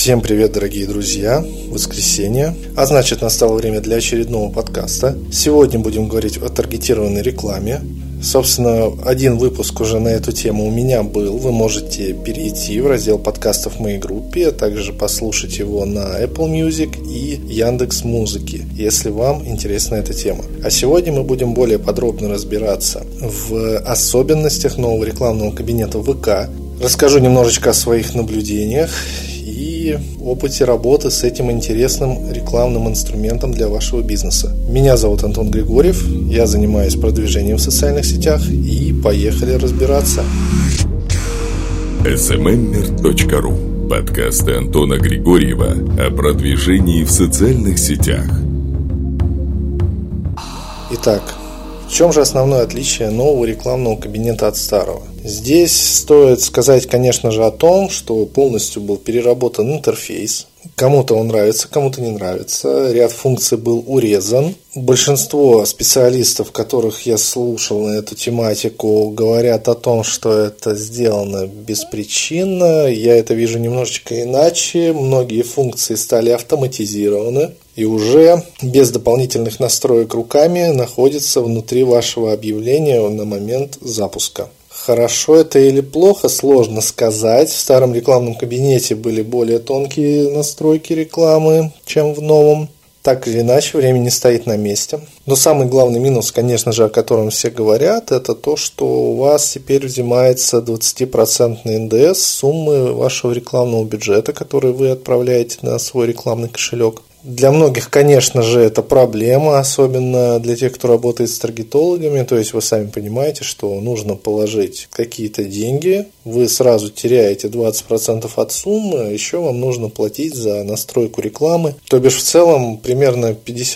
Всем привет, дорогие друзья! Воскресенье, а значит настало время для очередного подкаста. Сегодня будем говорить о таргетированной рекламе. Собственно, один выпуск уже на эту тему у меня был. Вы можете перейти в раздел подкастов в моей группе, а также послушать его на Apple Music и Яндекс.Музыке, если вам интересна эта тема. А сегодня мы будем более подробно разбираться в особенностях нового рекламного кабинета ВК. Расскажу немножечко о своих наблюдениях и опыте работы с этим интересным рекламным инструментом для вашего бизнеса. Меня зовут Антон Григорьев, я занимаюсь продвижением в социальных сетях, и поехали разбираться. smmmer.ru. Подкасты Антона Григорьева о продвижении в социальных сетях. Итак, в чем же основное отличие нового рекламного кабинета от старого? Здесь стоит сказать, конечно же, о том, что полностью был переработан интерфейс. Кому-то он нравится, кому-то не нравится. Ряд функций был урезан. Большинство специалистов, которых я слушал на эту тематику, говорят о том, что это сделано беспричинно. Я это вижу немножечко иначе. Многие функции стали автоматизированы и уже без дополнительных настроек руками находятся внутри вашего объявления на момент запуска. Хорошо это или плохо, сложно сказать. В старом рекламном кабинете были более тонкие настройки рекламы, чем в новом. Так или иначе, время не стоит на месте. Но самый главный минус, конечно же, о котором все говорят, это то, что у вас теперь взимается 20% НДС суммы вашего рекламного бюджета, который вы отправляете на свой рекламный кошелек. Для многих, конечно же, это проблема, особенно для тех, кто работает с таргетологами. То есть вы сами понимаете, что нужно положить какие-то деньги, вы сразу теряете 20% от суммы, а еще вам нужно платить за настройку рекламы. То бишь в целом примерно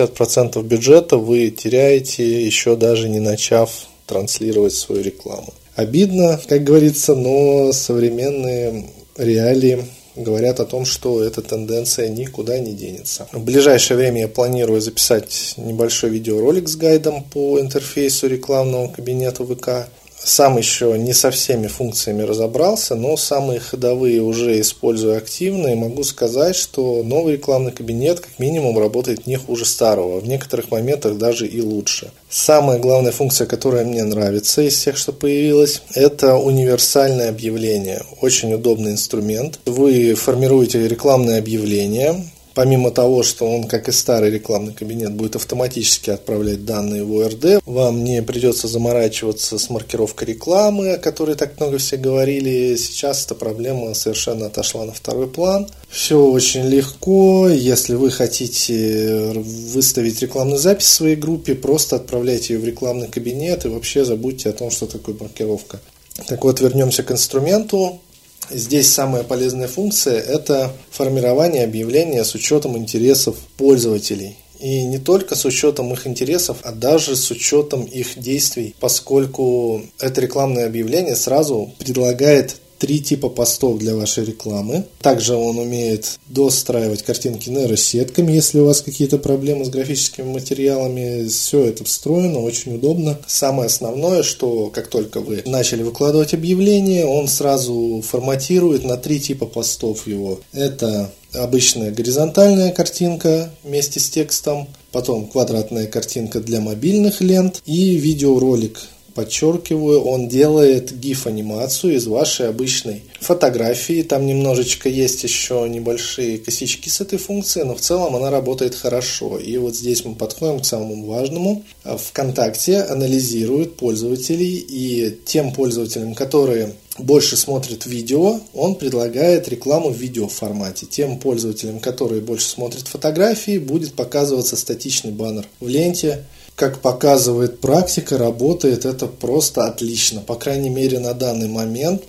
50% бюджета вы теряете, еще даже не начав транслировать свою рекламу. Обидно, как говорится, но современные реалии говорят о том, что эта тенденция никуда не денется. В ближайшее время я планирую записать небольшой видеоролик с гайдом по интерфейсу рекламного кабинета ВК. Сам еще не со всеми функциями разобрался, но самые ходовые уже использую активно и могу сказать, что новый рекламный кабинет как минимум работает не хуже старого, в некоторых моментах даже и лучше. Самая главная функция, которая мне нравится из всех, что появилась, это универсальное объявление. Очень удобный инструмент. Вы формируете рекламное объявление. Помимо того, что он, как и старый рекламный кабинет, будет автоматически отправлять данные в ОРД, вам не придется заморачиваться с маркировкой рекламы, о которой так много все говорили. Сейчас эта проблема совершенно отошла на второй план. Все очень легко. Если вы хотите выставить рекламную запись в своей группе, просто отправляйте ее в рекламный кабинет и вообще забудьте о том, что такое маркировка. Так вот, вернемся к инструменту. Здесь самая полезная функция – это формирование объявления с учетом интересов пользователей. И не только с учетом их интересов, а даже с учетом их действий, поскольку это рекламное объявление сразу предлагает 3 типа постов для вашей рекламы. Также он умеет достраивать картинки нейросетками, если у вас какие-то проблемы с графическими материалами. Все это встроено, очень удобно. Самое основное, что как только вы начали выкладывать объявление, он сразу форматирует на 3 типа постов его. Это обычная горизонтальная картинка вместе с текстом, потом квадратная картинка для мобильных лент и видеоролик. Подчеркиваю, он делает GIF-анимацию из вашей обычной фотографии. Там немножечко есть еще небольшие косячки с этой функцией, но в целом она работает хорошо. И вот здесь мы подходим к самому важному. ВКонтакте анализирует пользователей, и тем пользователям, которые больше смотрят видео, он предлагает рекламу в видеоформате. Тем пользователям, которые больше смотрят фотографии, будет показываться статичный баннер в ленте. Как показывает практика, работает это просто отлично. По крайней мере, на данный момент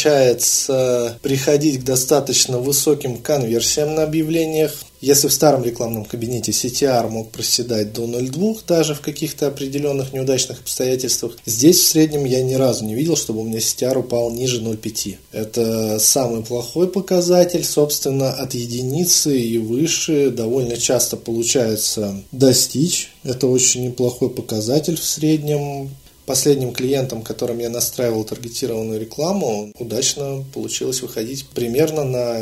получается приходить к достаточно высоким конверсиям на объявлениях. Если в старом рекламном кабинете CTR мог проседать до 0,2 даже в каких-то определенных неудачных обстоятельствах, здесь в среднем я ни разу не видел, чтобы у меня CTR упал ниже 0,5. Это самый плохой показатель, собственно, от единицы и выше довольно часто получается достичь. Это очень неплохой показатель в среднем. последним клиентам, которым я настраивал таргетированную рекламу, удачно получилось выходить примерно на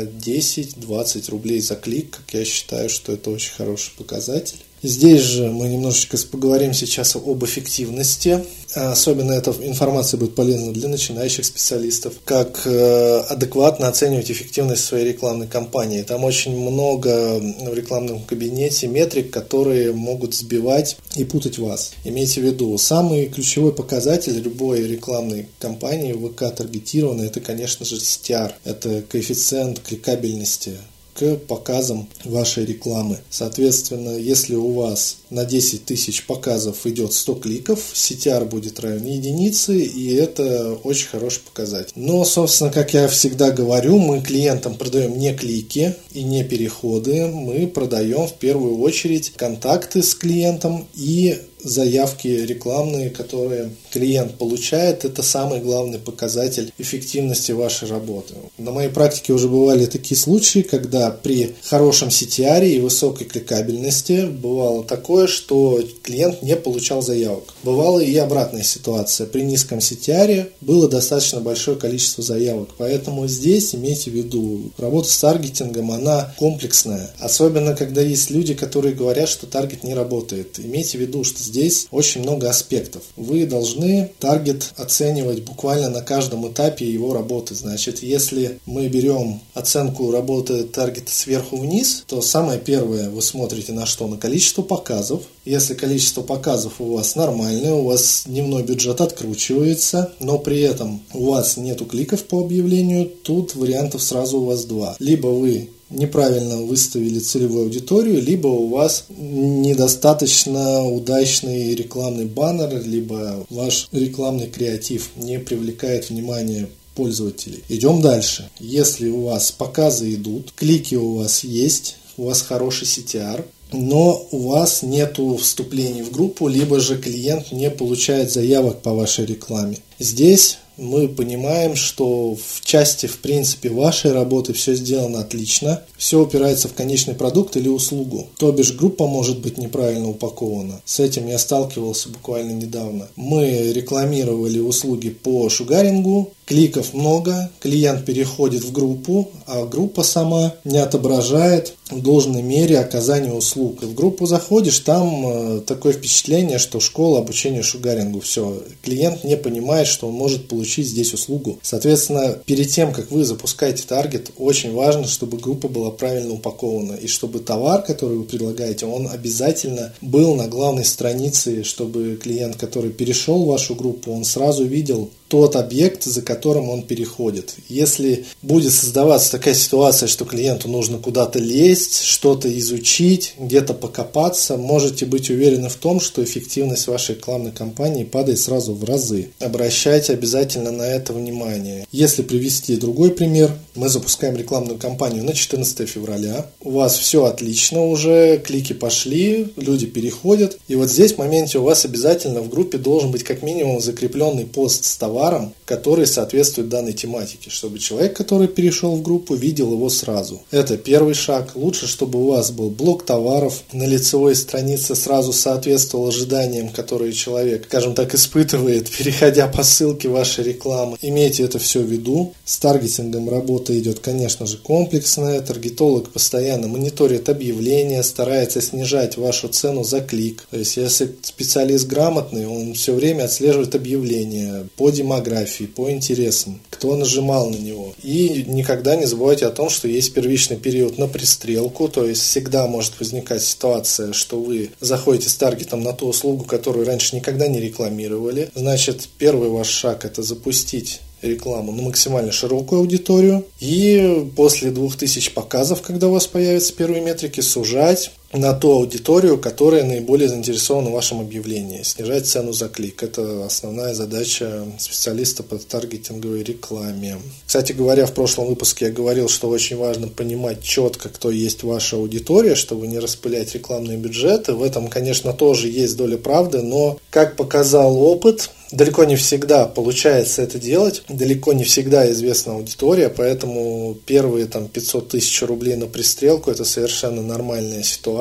10-20 рублей за клик. Как я считаю, что это очень хороший показатель. Здесь же мы немножечко поговорим сейчас об эффективности. Особенно эта информация будет полезна для начинающих специалистов. Как адекватно оценивать эффективность своей рекламной кампании. Там очень много в рекламном кабинете метрик, которые могут сбивать и путать вас. Имейте в виду, самый ключевой показатель любой рекламной кампании ВК таргетированной, это, конечно же, CTR. Это коэффициент кликабельности к показам вашей рекламы. Соответственно, если у вас на 10 тысяч показов идет 100 кликов, CTR будет равен единице, и это очень хороший показатель. Но, собственно, как я всегда говорю, мы клиентам продаем не клики и не переходы, мы продаем в первую очередь контакты с клиентом и заявки рекламные, которые клиент получает, это самый главный показатель эффективности вашей работы. На моей практике уже бывали такие случаи, когда при хорошем CTR и высокой кликабельности бывало такое, что клиент не получал заявок. Бывала и обратная ситуация. При низком CTR было достаточно большое количество заявок. Поэтому здесь имейте в виду, работа с таргетингом, она комплексная. Особенно, когда есть люди, которые говорят, что таргет не работает. Имейте в виду, что здесь очень много аспектов. Вы должны таргет оценивать буквально на каждом этапе его работы. Значит, если мы берем оценку работы таргета сверху вниз, то самое первое вы смотрите на что? На количество показов. Если количество показов у вас нормальное, у вас дневной бюджет откручивается, но при этом у вас нету кликов по объявлению, тут вариантов сразу у вас два. Либо вы неправильно выставили целевую аудиторию, либо у вас недостаточно удачный рекламный баннер, либо ваш рекламный креатив не привлекает внимание пользователей. Идем дальше. Если у вас показы идут, клики у вас есть, у вас хороший CTR, но у вас нету вступлений в группу, либо же клиент не получает заявок по вашей рекламе. Здесь мы понимаем, что в части, в принципе, вашей работы все сделано отлично, все упирается в конечный продукт или услугу. То бишь группа может быть неправильно упакована. С этим я сталкивался буквально недавно. Мы рекламировали услуги по шугарингу, кликов много, клиент переходит в группу, а группа сама не отображает в должной мере оказания услуг. И в группу заходишь, там такое впечатление, что школа обучения шугарингу. Все, клиент не понимает, что он может получить здесь услугу. Соответственно, перед тем, как вы запускаете таргет, очень важно, чтобы группа была правильно упакована. И чтобы товар, который вы предлагаете, он обязательно был на главной странице, чтобы клиент, который перешел в вашу группу, он сразу видел тот объект, за которым он переходит. Если будет создаваться такая ситуация, что клиенту нужно куда-то лезть, что-то изучить, где-то покопаться, можете быть уверены в том, что эффективность вашей рекламной кампании падает сразу в разы. Обращайте обязательно на это внимание. Если привести другой пример, мы запускаем рекламную кампанию на 14 февраля, у вас все отлично уже, клики пошли, люди переходят, и вот здесь в моменте у вас обязательно в группе должен быть как минимум закрепленный пост с товаром, который соответствует данной тематике, чтобы человек, который перешел в группу, видел его сразу. Это первый шаг. Лучше, чтобы у вас был блок товаров, на лицевой странице сразу соответствовал ожиданиям, которые человек, скажем так, испытывает, переходя по ссылке вашей рекламы. Имейте это все в виду. С таргетингом работа идет, конечно же, комплексная. Таргетолог постоянно мониторит объявления, старается снижать вашу цену за клик. То есть, если специалист грамотный, он все время отслеживает объявления по демографии, по интересам, кто нажимал на него. И никогда не забывайте о том, что есть первичный период на пристрелку, то есть всегда может возникать ситуация, что вы заходите с таргетом на ту услугу, которую раньше никогда не рекламировали. Значит, первый ваш шаг – это запустить рекламу на максимально широкую аудиторию. И после 2000 показов, когда у вас появятся первые метрики, сужать на ту аудиторию, которая наиболее заинтересована в вашем объявлении. Снижать цену за клик. Это основная задача специалиста по таргетинговой рекламе. Кстати говоря, в прошлом выпуске я говорил, что очень важно понимать четко, кто есть ваша аудитория, чтобы не распылять рекламные бюджеты. В этом, конечно, тоже есть доля правды, но, как показал опыт, далеко не всегда получается это делать, далеко не всегда известна аудитория, поэтому первые 500 тысяч рублей на пристрелку – это совершенно нормальная ситуация.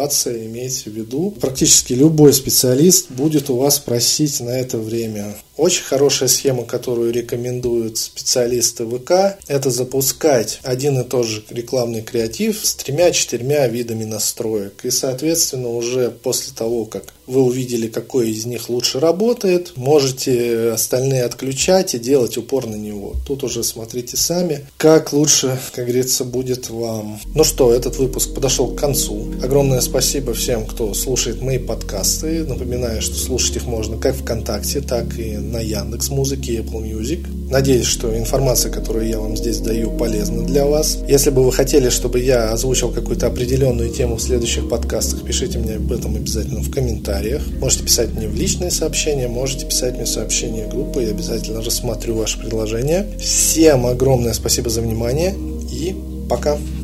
ситуация, имейте в виду. Практически любой специалист будет у вас просить на это время. Очень хорошая схема, которую рекомендуют специалисты ВК, это запускать один и тот же рекламный креатив с 3-4 видами настроек. И, соответственно, уже после того, как вы увидели, какой из них лучше работает, можете остальные отключать и делать упор на него. Тут уже смотрите сами, как лучше, как говорится, будет вам. Ну что, этот выпуск подошел к концу. Огромное спасибо всем, кто слушает мои подкасты. Напоминаю, что слушать их можно как ВКонтакте, так и на Яндекс.Музыке и Apple Music. Надеюсь, что информация, которую я вам здесь даю, полезна для вас. Если бы вы хотели, чтобы я озвучил какую-то определенную тему в следующих подкастах, пишите мне об этом обязательно в комментариях. Можете писать мне в личные сообщения, можете писать мне в сообщения группы, я обязательно рассмотрю ваше предложение. Всем огромное спасибо за внимание и пока!